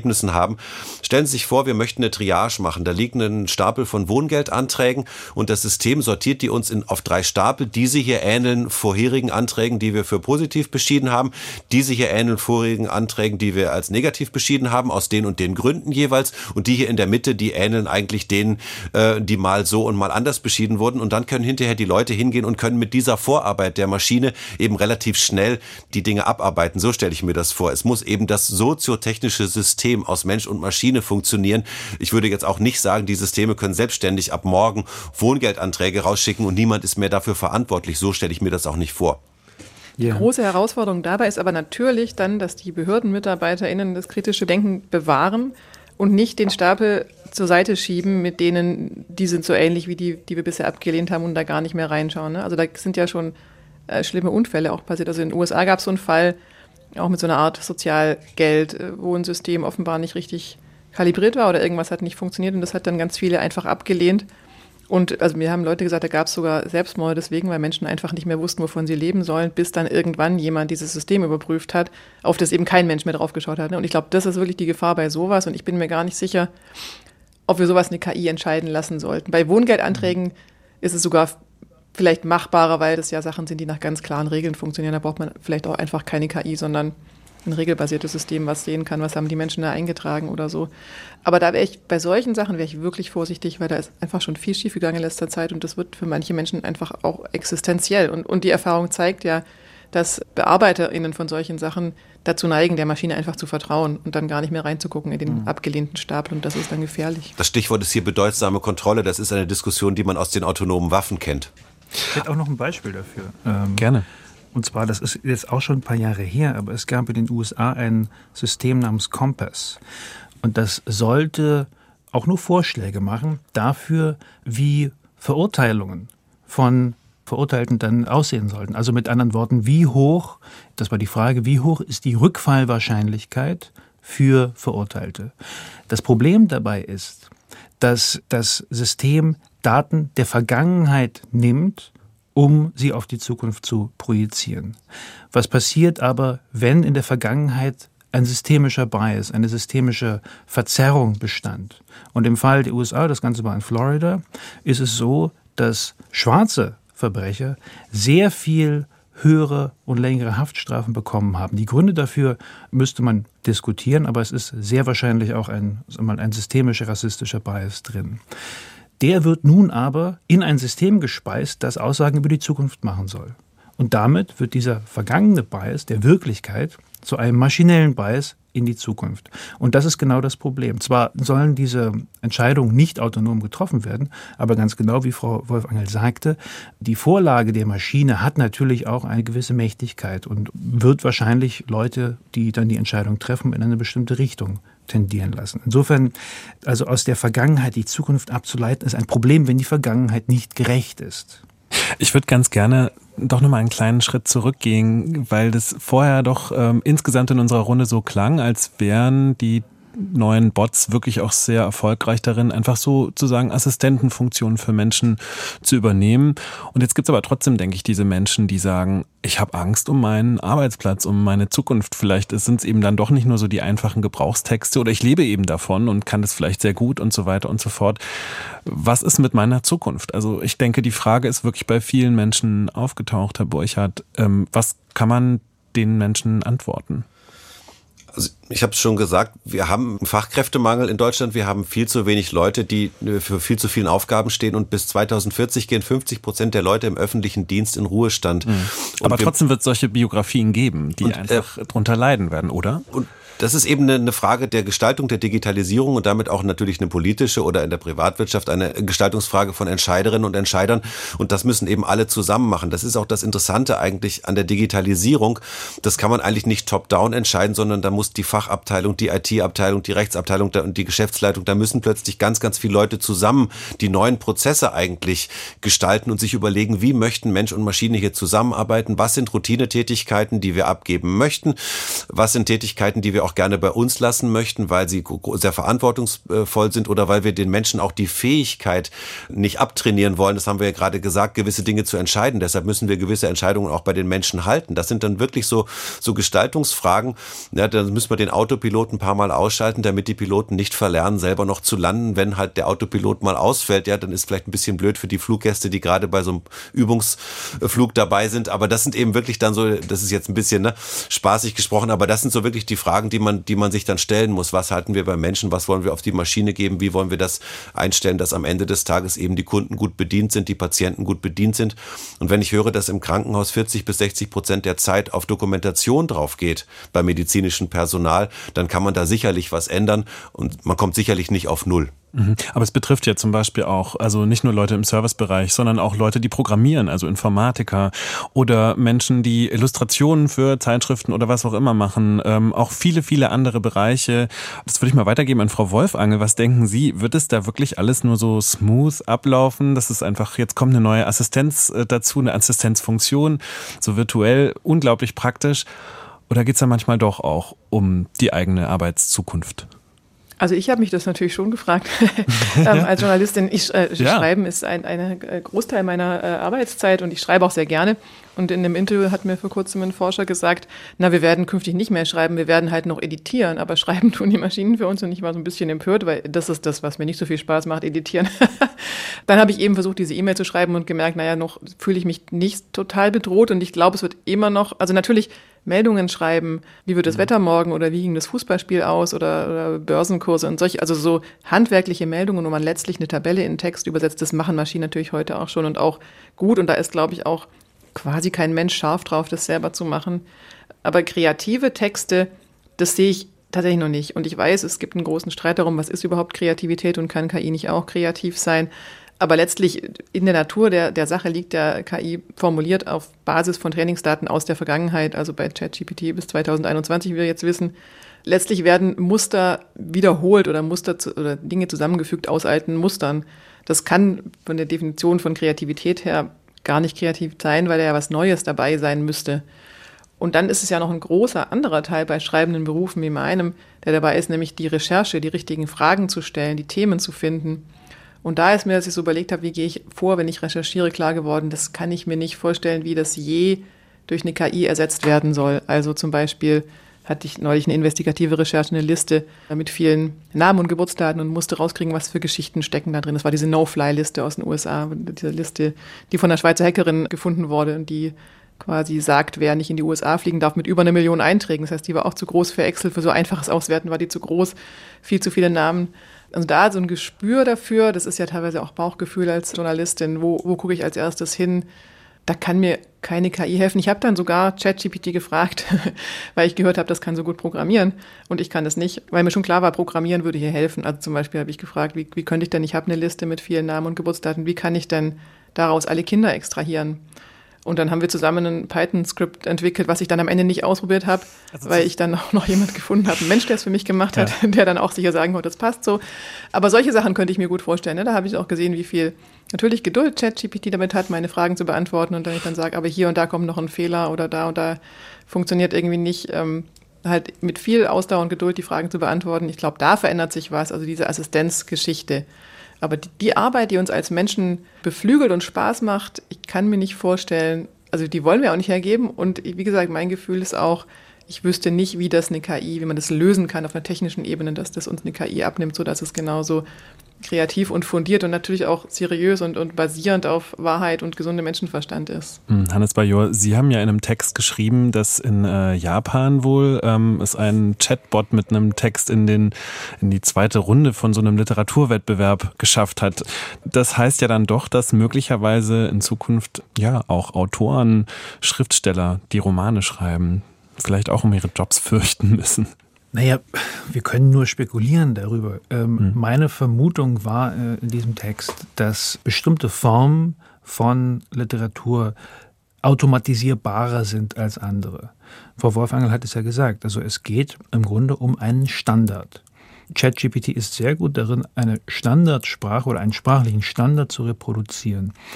haben. Stellen Sie sich vor, wir möchten eine Triage machen. Da liegt ein Stapel von Wohngeldanträgen und das System sortiert die uns auf 3 Stapel. Diese hier ähneln vorherigen Anträgen, die wir für positiv beschieden haben. Diese hier ähneln vorherigen Anträgen, die wir als negativ beschieden haben, aus den und den Gründen jeweils. Und die hier in der Mitte, die ähneln eigentlich denen, die mal so und mal anders beschieden wurden. Und dann können hinterher die Leute hingehen und können mit dieser Vorarbeit der Maschine eben relativ schnell die Dinge abarbeiten. So stelle ich mir das vor. Es muss eben das soziotechnische System aus Mensch und Maschine funktionieren. Ich würde jetzt auch nicht sagen, die Systeme können selbstständig ab morgen Wohngeldanträge rausschicken und niemand ist mehr dafür verantwortlich. So stelle ich mir das auch nicht vor. Die große Herausforderung dabei ist aber natürlich dann, dass die BehördenmitarbeiterInnen das kritische Denken bewahren und nicht den Stapel zur Seite schieben, mit denen, die sind so ähnlich wie die wir bisher abgelehnt haben und da gar nicht mehr reinschauen. Ne? Also da sind ja schon schlimme Unfälle auch passiert. Also in den USA gab es so einen Fall, auch mit so einer Art Sozialgeld, wo ein System offenbar nicht richtig kalibriert war oder irgendwas hat nicht funktioniert und das hat dann ganz viele einfach abgelehnt. Und also mir haben Leute gesagt, da gab es sogar Selbstmorde deswegen, weil Menschen einfach nicht mehr wussten, wovon sie leben sollen, bis dann irgendwann jemand dieses System überprüft hat, auf das eben kein Mensch mehr drauf geschaut hat. Und ich glaube, das ist wirklich die Gefahr bei sowas und ich bin mir gar nicht sicher, ob wir sowas eine KI entscheiden lassen sollten. Bei Wohngeldanträgen ist es sogar vielleicht machbarer, weil das ja Sachen sind, die nach ganz klaren Regeln funktionieren. Da braucht man vielleicht auch einfach keine KI, sondern ein regelbasiertes System, was sehen kann, was haben die Menschen da eingetragen oder so. Aber da bei solchen Sachen wäre ich wirklich vorsichtig, weil da ist einfach schon viel schiefgegangen in letzter Zeit und das wird für manche Menschen einfach auch existenziell. Und die Erfahrung zeigt ja, dass BearbeiterInnen von solchen Sachen dazu neigen, der Maschine einfach zu vertrauen und dann gar nicht mehr reinzugucken in den abgelehnten Stapel und das ist dann gefährlich. Das Stichwort ist hier bedeutsame Kontrolle. Das ist eine Diskussion, die man aus den autonomen Waffen kennt. Ich hätte auch noch ein Beispiel dafür. Gerne. Und zwar, das ist jetzt auch schon ein paar Jahre her, aber es gab in den USA ein System namens Compass. Und das sollte auch nur Vorschläge machen dafür, wie Verurteilungen von Verurteilten dann aussehen sollten. Also mit anderen Worten, wie hoch, das war die Frage, wie hoch ist die Rückfallwahrscheinlichkeit für Verurteilte? Das Problem dabei ist, dass das System Daten der Vergangenheit nimmt, um sie auf die Zukunft zu projizieren. Was passiert aber, wenn in der Vergangenheit ein systemischer Bias, eine systemische Verzerrung bestand? Und im Fall der USA, das Ganze war in Florida, ist es so, dass schwarze Verbrecher sehr viel höhere und längere Haftstrafen bekommen haben. Die Gründe dafür müsste man diskutieren, aber es ist sehr wahrscheinlich auch ein systemischer, rassistischer Bias drin. Der wird nun aber in ein System gespeist, das Aussagen über die Zukunft machen soll. Und damit wird dieser vergangene Bias der Wirklichkeit zu einem maschinellen Bias in die Zukunft. Und das ist genau das Problem. Zwar sollen diese Entscheidungen nicht autonom getroffen werden, aber ganz genau, wie Frau Wolfangel sagte, die Vorlage der Maschine hat natürlich auch eine gewisse Mächtigkeit und wird wahrscheinlich Leute, die dann die Entscheidung treffen, in eine bestimmte Richtung tendieren lassen. Insofern, also aus der Vergangenheit die Zukunft abzuleiten, ist ein Problem, wenn die Vergangenheit nicht gerecht ist. Ich würde ganz gerne doch nochmal einen kleinen Schritt zurückgehen, weil das vorher doch insgesamt in unserer Runde so klang, als wären die neuen Bots wirklich auch sehr erfolgreich darin, einfach sozusagen Assistentenfunktionen für Menschen zu übernehmen. Und jetzt gibt es aber trotzdem, denke ich, diese Menschen, die sagen, ich habe Angst um meinen Arbeitsplatz, um meine Zukunft. Vielleicht sind es eben dann doch nicht nur so die einfachen Gebrauchstexte oder ich lebe eben davon und kann das vielleicht sehr gut und so weiter und so fort. Was ist mit meiner Zukunft? Also ich denke, die Frage ist wirklich bei vielen Menschen aufgetaucht, Herr Borchardt. Was kann man den Menschen antworten? Also ich habe es schon gesagt, wir haben einen Fachkräftemangel in Deutschland. Wir haben viel zu wenig Leute, die für viel zu vielen Aufgaben stehen. Und bis 2040 gehen 50% der Leute im öffentlichen Dienst in Ruhestand. Aber trotzdem wird es solche Biografien geben, die einfach drunter leiden werden, oder? Und das ist eben eine Frage der Gestaltung, der Digitalisierung und damit auch natürlich eine politische oder in der Privatwirtschaft eine Gestaltungsfrage von Entscheiderinnen und Entscheidern. Und das müssen eben alle zusammen machen. Das ist auch das Interessante eigentlich an der Digitalisierung. Das kann man eigentlich nicht top-down entscheiden, sondern da muss die Fachabteilung, die IT-Abteilung, die Rechtsabteilung und die Geschäftsleitung, da müssen plötzlich ganz, ganz viele Leute zusammen die neuen Prozesse eigentlich gestalten und sich überlegen, wie möchten Mensch und Maschine hier zusammenarbeiten? Was sind Routinetätigkeiten, die wir abgeben möchten? Was sind Tätigkeiten, die wir auch auch gerne bei uns lassen möchten, weil sie sehr verantwortungsvoll sind oder weil wir den Menschen auch die Fähigkeit nicht abtrainieren wollen. Das haben wir ja gerade gesagt, gewisse Dinge zu entscheiden. Deshalb müssen wir gewisse Entscheidungen auch bei den Menschen halten. Das sind dann wirklich so Gestaltungsfragen. Ja, dann müssen wir den Autopiloten ein paar Mal ausschalten, damit die Piloten nicht verlernen, selber noch zu landen. Wenn halt der Autopilot mal ausfällt, ja, dann ist vielleicht ein bisschen blöd für die Fluggäste, die gerade bei so einem Übungsflug dabei sind. Aber das sind eben wirklich dann so, das ist jetzt ein bisschen spaßig gesprochen, aber das sind so wirklich die Fragen, die man sich dann stellen muss. Was halten wir beim Menschen? Was wollen wir auf die Maschine geben? Wie wollen wir das einstellen, dass am Ende des Tages eben die Kunden gut bedient sind, die Patienten gut bedient sind? Und wenn ich höre, dass im Krankenhaus 40-60% der Zeit auf Dokumentation drauf geht bei medizinischem Personal, dann kann man da sicherlich was ändern und man kommt sicherlich nicht auf Null. Aber es betrifft ja zum Beispiel auch, also nicht nur Leute im Servicebereich, sondern auch Leute, die programmieren, also Informatiker oder Menschen, die Illustrationen für Zeitschriften oder was auch immer machen, auch viele, viele andere Bereiche. Das würde ich mal weitergeben an Frau Wolfangel. Was denken Sie, wird es da wirklich alles nur so smooth ablaufen? Das ist einfach, jetzt kommt eine neue Assistenz dazu, eine Assistenzfunktion, so virtuell, unglaublich praktisch. Oder geht es da manchmal doch auch um die eigene Arbeitszukunft? Also ich habe mich das natürlich schon gefragt. Als Journalistin, Schreiben ist ein Großteil meiner Arbeitszeit und ich schreibe auch sehr gerne. Und in einem Interview hat mir vor kurzem ein Forscher gesagt, wir werden künftig nicht mehr schreiben, wir werden halt noch editieren, aber schreiben tun die Maschinen für uns. Und ich war so ein bisschen empört, weil das ist das, was mir nicht so viel Spaß macht, editieren. Dann habe ich eben versucht, diese E-Mail zu schreiben und gemerkt, noch fühle ich mich nicht total bedroht und ich glaube, es wird immer noch, also natürlich Meldungen schreiben, wie wird das Wetter morgen oder wie ging das Fußballspiel aus oder Börsenkurse und solche, also so handwerkliche Meldungen, wo man letztlich eine Tabelle in Text übersetzt, das machen Maschinen natürlich heute auch schon und auch gut und da ist, glaube ich, auch quasi kein Mensch scharf drauf, das selber zu machen. Aber kreative Texte, das sehe ich tatsächlich noch nicht und ich weiß, es gibt einen großen Streit darum, was ist überhaupt Kreativität und kann KI nicht auch kreativ sein? Aber letztlich in der Natur der Sache liegt der KI formuliert auf Basis von Trainingsdaten aus der Vergangenheit, also bei ChatGPT bis 2021, wie wir jetzt wissen. Letztlich werden Muster wiederholt oder oder Dinge zusammengefügt aus alten Mustern. Das kann von der Definition von Kreativität her gar nicht kreativ sein, weil da ja was Neues dabei sein müsste. Und dann ist es ja noch ein großer anderer Teil bei schreibenden Berufen wie meinem, der dabei ist, nämlich die Recherche, die richtigen Fragen zu stellen, die Themen zu finden. Und da ist mir, dass ich so überlegt habe, wie gehe ich vor, wenn ich recherchiere, klar geworden, das kann ich mir nicht vorstellen, wie das je durch eine KI ersetzt werden soll. Also zum Beispiel hatte ich neulich eine investigative Recherche, eine Liste mit vielen Namen und Geburtsdaten und musste rauskriegen, was für Geschichten stecken da drin. Das war diese No-Fly-Liste aus den USA, diese Liste, die von einer Schweizer Hackerin gefunden wurde und die quasi sagt, wer nicht in die USA fliegen darf, mit über 1 Million Einträgen. Das heißt, die war auch zu groß für Excel, für so einfaches Auswerten war die zu groß, viel zu viele Namen. Also da so ein Gespür dafür, das ist ja teilweise auch Bauchgefühl als Journalistin, wo gucke ich als erstes hin, da kann mir keine KI helfen. Ich habe dann sogar ChatGPT gefragt, weil ich gehört habe, das kann so gut programmieren und ich kann das nicht, weil mir schon klar war, Programmieren würde hier helfen. Also zum Beispiel habe ich gefragt, wie könnte ich denn, ich habe eine Liste mit vielen Namen und Geburtsdaten, wie kann ich denn daraus alle Kinder extrahieren? Und dann haben wir zusammen ein Python-Skript entwickelt, was ich dann am Ende nicht ausprobiert habe, weil ich dann auch noch jemand gefunden habe, einen Mensch, der es für mich gemacht hat, der dann auch sicher sagen konnte, das passt so. Aber solche Sachen könnte ich mir gut vorstellen. Ne? Da habe ich auch gesehen, wie viel natürlich Geduld ChatGPT damit hat, meine Fragen zu beantworten. Und wenn ich dann sage, aber hier und da kommt noch ein Fehler oder da und da funktioniert irgendwie nicht, halt mit viel Ausdauer und Geduld die Fragen zu beantworten. Ich glaube, da verändert sich was, also diese Assistenzgeschichte. Aber die Arbeit, die uns als Menschen beflügelt und Spaß macht, ich kann mir nicht vorstellen, also die wollen wir auch nicht hergeben. Und wie gesagt, mein Gefühl ist auch, ich wüsste nicht, wie man das lösen kann auf einer technischen Ebene, dass das uns eine KI abnimmt, sodass es genauso kreativ und fundiert und natürlich auch seriös und basierend auf Wahrheit und gesundem Menschenverstand ist. Hannes Bajor, Sie haben ja in einem Text geschrieben, dass in Japan wohl es einen Chatbot mit einem Text in die zweite Runde von so einem Literaturwettbewerb geschafft hat. Das heißt ja dann doch, dass möglicherweise in Zukunft ja auch Autoren, Schriftsteller, die Romane schreiben, vielleicht auch um ihre Jobs fürchten müssen. Naja, wir können nur spekulieren darüber. Meine Vermutung war in diesem Text, dass bestimmte Formen von Literatur automatisierbarer sind als andere. Frau Wolfangel hat es ja gesagt, also es geht im Grunde um einen Standard. ChatGPT ist sehr gut darin, eine Standardsprache oder einen sprachlichen Standard zu reproduzieren.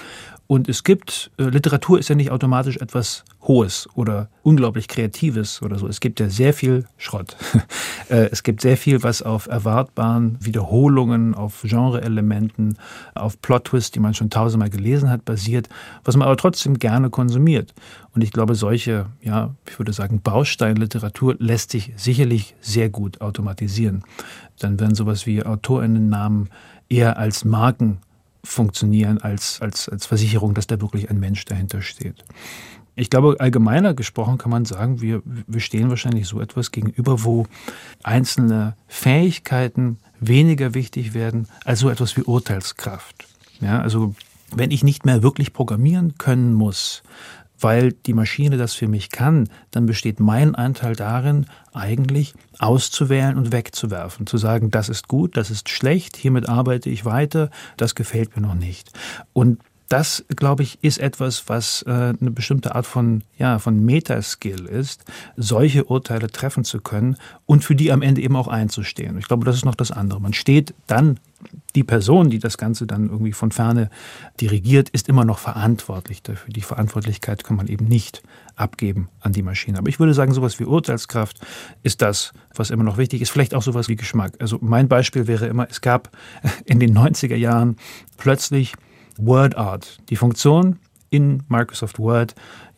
Und es gibt, Literatur ist ja nicht automatisch etwas Hohes oder unglaublich Kreatives oder so. Es gibt ja sehr viel Schrott. Es gibt sehr viel, was auf erwartbaren Wiederholungen, auf Genre-Elementen, auf Plot-Twists, die man schon tausendmal gelesen hat, basiert, was man aber trotzdem gerne konsumiert. Und ich glaube, solche, ja, ich würde sagen, Bausteinliteratur lässt sich sicherlich sehr gut automatisieren. Dann werden sowas wie AutorInnennamen eher als Marken funktionieren, als Versicherung, dass da wirklich ein Mensch dahinter steht. Ich glaube, allgemeiner gesprochen kann man sagen, wir stehen wahrscheinlich so etwas gegenüber, wo einzelne Fähigkeiten weniger wichtig werden als so etwas wie Urteilskraft. Ja, also wenn ich nicht mehr wirklich programmieren können muss, weil die Maschine das für mich kann, dann besteht mein Anteil darin, eigentlich auszuwählen und wegzuwerfen. Zu sagen, das ist gut, das ist schlecht, hiermit arbeite ich weiter, das gefällt mir noch nicht. Und das, glaube ich, ist etwas, was eine bestimmte Art von Metaskill ist, solche Urteile treffen zu können und für die am Ende eben auch einzustehen. Ich glaube, das ist noch das andere. Man steht dann, die Person, die das Ganze dann irgendwie von Ferne dirigiert, ist immer noch verantwortlich dafür. Die Verantwortlichkeit kann man eben nicht abgeben an die Maschine. Aber ich würde sagen, sowas wie Urteilskraft ist das, was immer noch wichtig ist. Vielleicht auch sowas wie Geschmack. Also mein Beispiel wäre immer, es gab in den 90er Jahren plötzlich WordArt, die Funktion in Microsoft Word,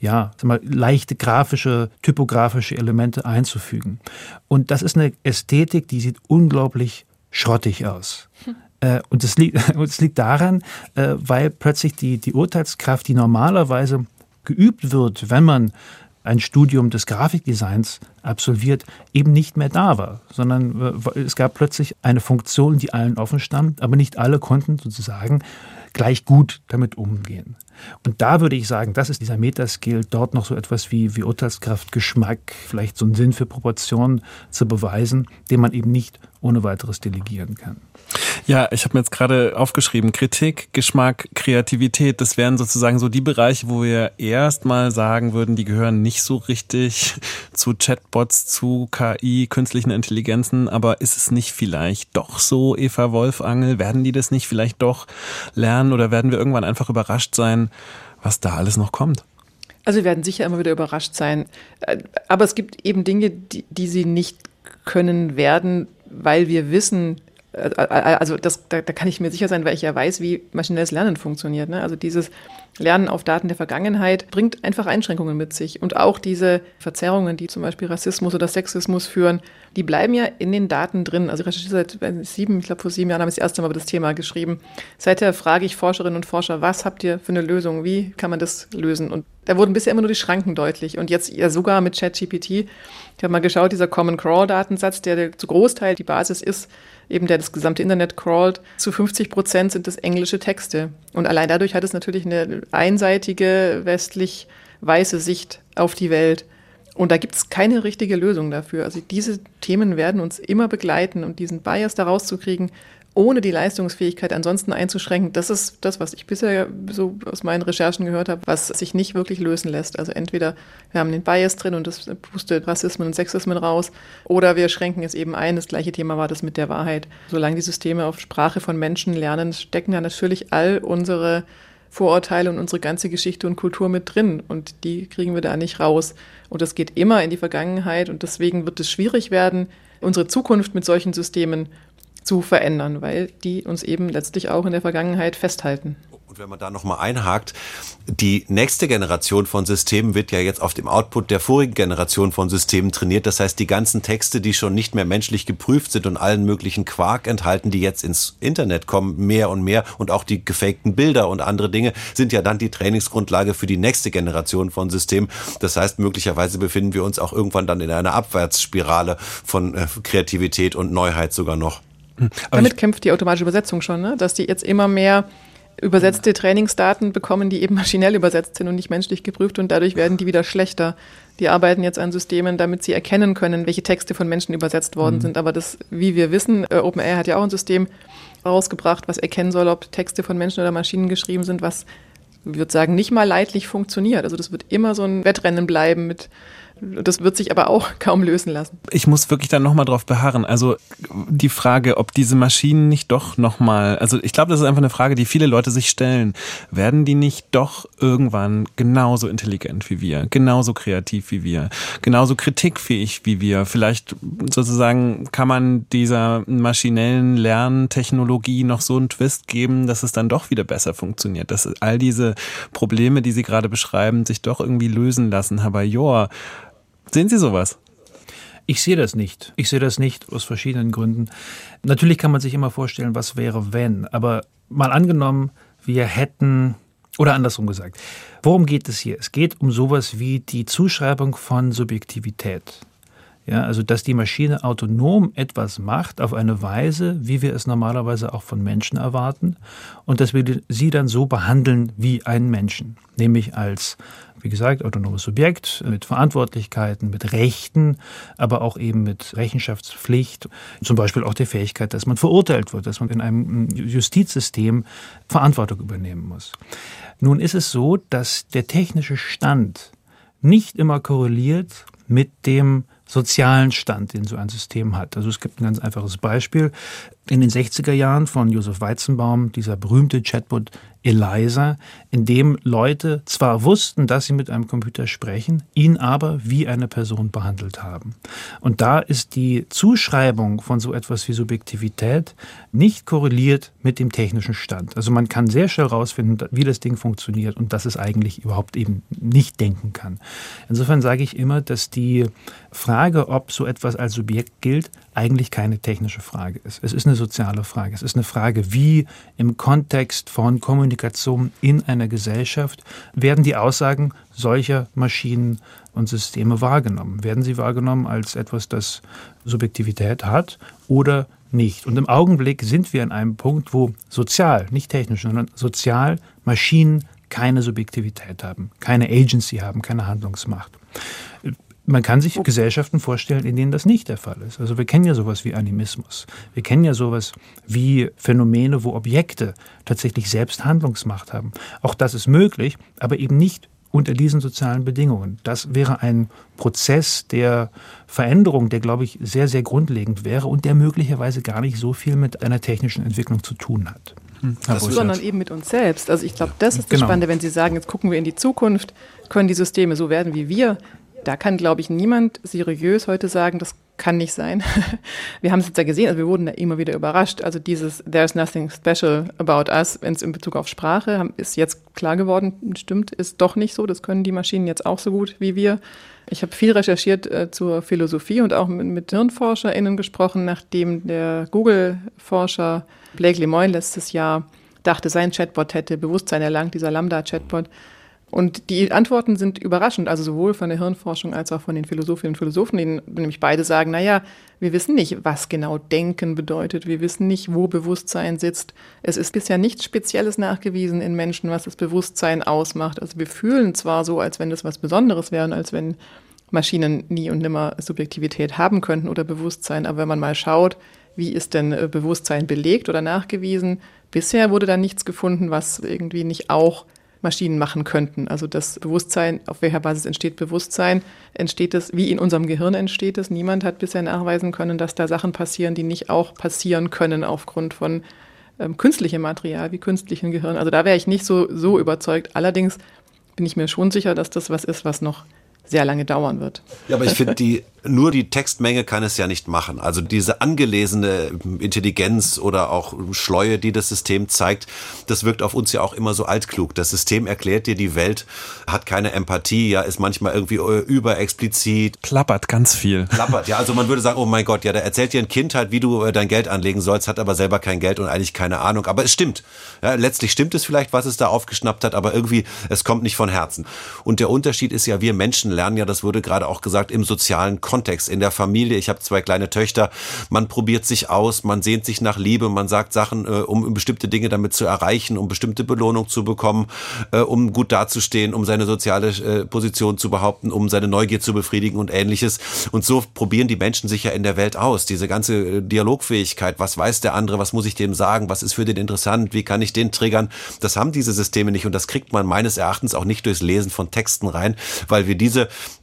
leichte grafische, typografische Elemente einzufügen. Und das ist eine Ästhetik, die sieht unglaublich schrottig aus. Und es liegt daran, weil plötzlich die Urteilskraft, die normalerweise geübt wird, wenn man ein Studium des Grafikdesigns absolviert, eben nicht mehr da war, sondern es gab plötzlich eine Funktion, die allen offen stand, aber nicht alle konnten sozusagen gleich gut damit umgehen. Und da würde ich sagen, das ist dieser Metaskill, dort noch so etwas wie Urteilskraft, Geschmack, vielleicht so einen Sinn für Proportionen zu beweisen, den man eben nicht ohne weiteres delegieren kann. Ja, ich habe mir jetzt gerade aufgeschrieben, Kritik, Geschmack, Kreativität, das wären sozusagen so die Bereiche, wo wir erstmal sagen würden, die gehören nicht so richtig zu Chatbots, zu KI, künstlichen Intelligenzen, aber ist es nicht vielleicht doch so, Eva Wolfangel, werden die das nicht vielleicht doch lernen oder werden wir irgendwann einfach überrascht sein, was da alles noch kommt? Also wir werden sicher immer wieder überrascht sein, aber es gibt eben Dinge, die sie nicht können werden, weil wir wissen, also da kann ich mir sicher sein, weil ich ja weiß, wie maschinelles Lernen funktioniert. Ne? Also dieses Lernen auf Daten der Vergangenheit bringt einfach Einschränkungen mit sich. Und auch diese Verzerrungen, die zum Beispiel Rassismus oder Sexismus führen, die bleiben ja in den Daten drin. Also ich recherchiere vor 7 Jahren habe ich das erste Mal über das Thema geschrieben. Seither frage ich Forscherinnen und Forscher, was habt ihr für eine Lösung? Wie kann man das lösen? Und da wurden bisher immer nur die Schranken deutlich. Und jetzt ja sogar mit ChatGPT. Ich habe mal geschaut, dieser Common Crawl-Datensatz, der zu Großteil die Basis ist, eben der das gesamte Internet crawlt, zu 50% sind das englische Texte. Und allein dadurch hat es natürlich eine einseitige westlich weiße Sicht auf die Welt. Und da gibt es keine richtige Lösung dafür. Also diese Themen werden uns immer begleiten und diesen Bias da rauszukriegen, ohne die Leistungsfähigkeit ansonsten einzuschränken, das ist das, was ich bisher so aus meinen Recherchen gehört habe, was sich nicht wirklich lösen lässt. Also entweder wir haben den Bias drin und das pustet Rassismen und Sexismen raus, oder wir schränken es eben ein. Das gleiche Thema war das mit der Wahrheit. Solange die Systeme auf Sprache von Menschen lernen, stecken ja natürlich all unsere Vorurteile und unsere ganze Geschichte und Kultur mit drin. Und die kriegen wir da nicht raus. Und das geht immer in die Vergangenheit. Und deswegen wird es schwierig werden, unsere Zukunft mit solchen Systemen zu verändern, weil die uns eben letztlich auch in der Vergangenheit festhalten. Und wenn man da nochmal einhakt, die nächste Generation von Systemen wird ja jetzt auf dem Output der vorigen Generation von Systemen trainiert. Das heißt, die ganzen Texte, die schon nicht mehr menschlich geprüft sind und allen möglichen Quark enthalten, die jetzt ins Internet kommen, mehr und mehr, und auch die gefakten Bilder und andere Dinge, sind ja dann die Trainingsgrundlage für die nächste Generation von Systemen. Das heißt, möglicherweise befinden wir uns auch irgendwann dann in einer Abwärtsspirale von Kreativität und Neuheit sogar noch. Damit kämpft die automatische Übersetzung schon, ne? Dass die jetzt immer mehr übersetzte Trainingsdaten bekommen, die eben maschinell übersetzt sind und nicht menschlich geprüft, und dadurch werden die wieder schlechter. Die arbeiten jetzt an Systemen, damit sie erkennen können, welche Texte von Menschen übersetzt worden sind. Aber das, wie wir wissen, OpenAI hat ja auch ein System rausgebracht, was erkennen soll, ob Texte von Menschen oder Maschinen geschrieben sind, was, ich würde sagen, nicht mal leidlich funktioniert. Also das wird immer so ein Wettrennen bleiben mit Das wird sich aber auch kaum lösen lassen. Ich muss wirklich dann nochmal drauf beharren. Also die Frage, ob diese Maschinen nicht doch nochmal, also ich glaube, das ist einfach eine Frage, die viele Leute sich stellen. Werden die nicht doch irgendwann genauso intelligent wie wir, genauso kreativ wie wir, genauso kritikfähig wie wir? Vielleicht sozusagen kann man dieser maschinellen Lerntechnologie noch so einen Twist geben, dass es dann doch wieder besser funktioniert, dass all diese Probleme, die Sie gerade beschreiben, sich doch irgendwie lösen lassen. Herr Bajor, sehen Sie sowas? Ich sehe das nicht. Ich sehe das nicht aus verschiedenen Gründen. Natürlich kann man sich immer vorstellen, was wäre, wenn. Aber mal angenommen, wir hätten, oder andersrum gesagt, worum geht es hier? Es geht um sowas wie die Zuschreibung von Subjektivität. Ja, also dass die Maschine autonom etwas macht auf eine Weise, wie wir es normalerweise auch von Menschen erwarten und dass wir sie dann so behandeln wie einen Menschen, nämlich als, wie gesagt, autonomes Subjekt mit Verantwortlichkeiten, mit Rechten, aber auch eben mit Rechenschaftspflicht, zum Beispiel auch der Fähigkeit, dass man verurteilt wird, dass man in einem Justizsystem Verantwortung übernehmen muss. Nun ist es so, dass der technische Stand nicht immer korreliert mit dem sozialen Stand, den so ein System hat. Also es gibt ein ganz einfaches Beispiel. In den 60er Jahren von Josef Weizenbaum, dieser berühmte Chatbot Eliza, in dem Leute zwar wussten, dass sie mit einem Computer sprechen, ihn aber wie eine Person behandelt haben. Und da ist die Zuschreibung von so etwas wie Subjektivität nicht korreliert mit dem technischen Stand. Also man kann sehr schnell herausfinden, wie das Ding funktioniert und dass es eigentlich überhaupt eben nicht denken kann. Insofern sage ich immer, dass die Frage, ob so etwas als Subjekt gilt, eigentlich keine technische Frage ist. Es ist eine soziale Frage. Es ist eine Frage, wie im Kontext von Kommunikation in einer Gesellschaft werden die Aussagen solcher Maschinen und Systeme wahrgenommen. Werden sie wahrgenommen als etwas, das Subjektivität hat oder nicht? Und im Augenblick sind wir an einem Punkt, wo sozial, nicht technisch, sondern sozial Maschinen keine Subjektivität haben, keine Agency haben, keine Handlungsmacht. Man kann sich Gesellschaften vorstellen, in denen das nicht der Fall ist. Also wir kennen ja sowas wie Animismus. Wir kennen ja sowas wie Phänomene, wo Objekte tatsächlich selbst Handlungsmacht haben. Auch das ist möglich, aber eben nicht unter diesen sozialen Bedingungen. Das wäre ein Prozess der Veränderung, der, glaube ich, sehr, sehr grundlegend wäre und der möglicherweise gar nicht so viel mit einer technischen Entwicklung zu tun hat. Sondern eben mit uns selbst. Also ich glaube, das ist das Spannende, wenn Sie sagen, jetzt gucken wir in die Zukunft, können die Systeme so werden wie wir. Da kann, glaube ich, niemand seriös heute sagen, das kann nicht sein. Wir haben es jetzt ja gesehen, also wir wurden da immer wieder überrascht. Also dieses There's nothing special about us, wenn es in Bezug auf Sprache, ist jetzt klar geworden, stimmt, ist doch nicht so. Das können die Maschinen jetzt auch so gut wie wir. Ich habe viel recherchiert zur Philosophie und auch mit HirnforscherInnen gesprochen, nachdem der Google-Forscher Blake Lemoine letztes Jahr dachte, sein Chatbot hätte Bewusstsein erlangt, dieser Lambda-Chatbot. Und die Antworten sind überraschend, also sowohl von der Hirnforschung als auch von den Philosophinnen und Philosophen, die nämlich beide sagen, naja, wir wissen nicht, was genau Denken bedeutet, wir wissen nicht, wo Bewusstsein sitzt. Es ist bisher nichts Spezielles nachgewiesen in Menschen, was das Bewusstsein ausmacht. Also wir fühlen zwar so, als wenn das was Besonderes wäre, als wenn Maschinen nie und nimmer Subjektivität haben könnten oder Bewusstsein, aber wenn man mal schaut, wie ist denn Bewusstsein belegt oder nachgewiesen, bisher wurde da nichts gefunden, was irgendwie nicht auch Maschinen machen könnten. Also das Bewusstsein, auf welcher Basis entsteht Bewusstsein? Entsteht es, wie in unserem Gehirn entsteht es? Niemand hat bisher nachweisen können, dass da Sachen passieren, die nicht auch passieren können aufgrund von künstlichem Material, wie künstlichen Gehirn. Also da wäre ich nicht so überzeugt. Allerdings bin ich mir schon sicher, dass das was ist, was noch sehr lange dauern wird. Ja, aber ich finde, nur die Textmenge kann es ja nicht machen. Also diese angelesene Intelligenz oder auch Schleue, die das System zeigt, das wirkt auf uns ja auch immer so altklug. Das System erklärt dir die Welt, hat keine Empathie, ja, ist manchmal irgendwie überexplizit. Plappert ganz viel. Plappert, ja, also man würde sagen, oh mein Gott, ja, da erzählt dir ein Kind halt, wie du dein Geld anlegen sollst, hat aber selber kein Geld und eigentlich keine Ahnung. Aber es stimmt. Ja, letztlich stimmt es vielleicht, was es da aufgeschnappt hat, aber irgendwie, es kommt nicht von Herzen. Und der Unterschied ist ja, wir Menschen lernen ja, das wurde gerade auch gesagt, im sozialen Kontext, in der Familie. Ich habe 2 kleine Töchter. Man probiert sich aus, man sehnt sich nach Liebe, man sagt Sachen, um bestimmte Dinge damit zu erreichen, um bestimmte Belohnung zu bekommen, um gut dazustehen, um seine soziale Position zu behaupten, um seine Neugier zu befriedigen und Ähnliches. Und so probieren die Menschen sich ja in der Welt aus. Diese ganze Dialogfähigkeit, was weiß der andere, was muss ich dem sagen, was ist für den interessant, wie kann ich den triggern, das haben diese Systeme nicht und das kriegt man meines Erachtens auch nicht durchs Lesen von Texten rein, weil wir diese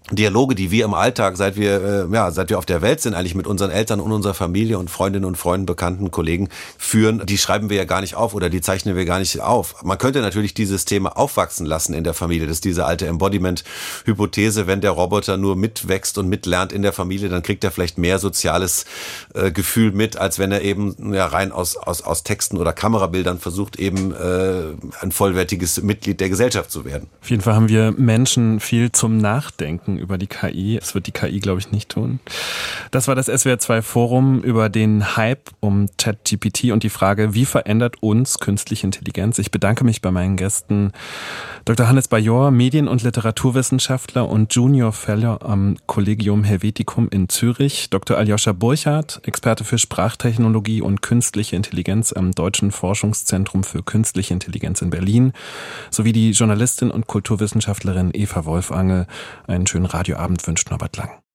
Dialoge, die wir im Alltag, seit wir auf der Welt sind, eigentlich mit unseren Eltern und unserer Familie und Freundinnen und Freunden, Bekannten, Kollegen führen, die schreiben wir ja gar nicht auf oder die zeichnen wir gar nicht auf. Man könnte natürlich dieses Thema aufwachsen lassen in der Familie. Das ist diese alte Embodiment-Hypothese, wenn der Roboter nur mitwächst und mitlernt in der Familie, dann kriegt er vielleicht mehr soziales Gefühl mit, als wenn er eben rein aus Texten oder Kamerabildern versucht, eben ein vollwertiges Mitglied der Gesellschaft zu werden. Auf jeden Fall haben wir Menschen viel zum Nachdenken über die KI. Das wird die KI, glaube ich, nicht tun. Das war das SWR2 Forum über den Hype um ChatGPT und die Frage, wie verändert uns künstliche Intelligenz? Ich bedanke mich bei meinen Gästen Dr. Hannes Bajor, Medien- und Literaturwissenschaftler und Junior Fellow am Collegium Helveticum in Zürich, Dr. Aljoscha Burchardt, Experte für Sprachtechnologie und künstliche Intelligenz am Deutschen Forschungszentrum für künstliche Intelligenz in Berlin, sowie die Journalistin und Kulturwissenschaftlerin Eva Wolfangel. Einen schönen Radioabend wünscht Norbert Lang.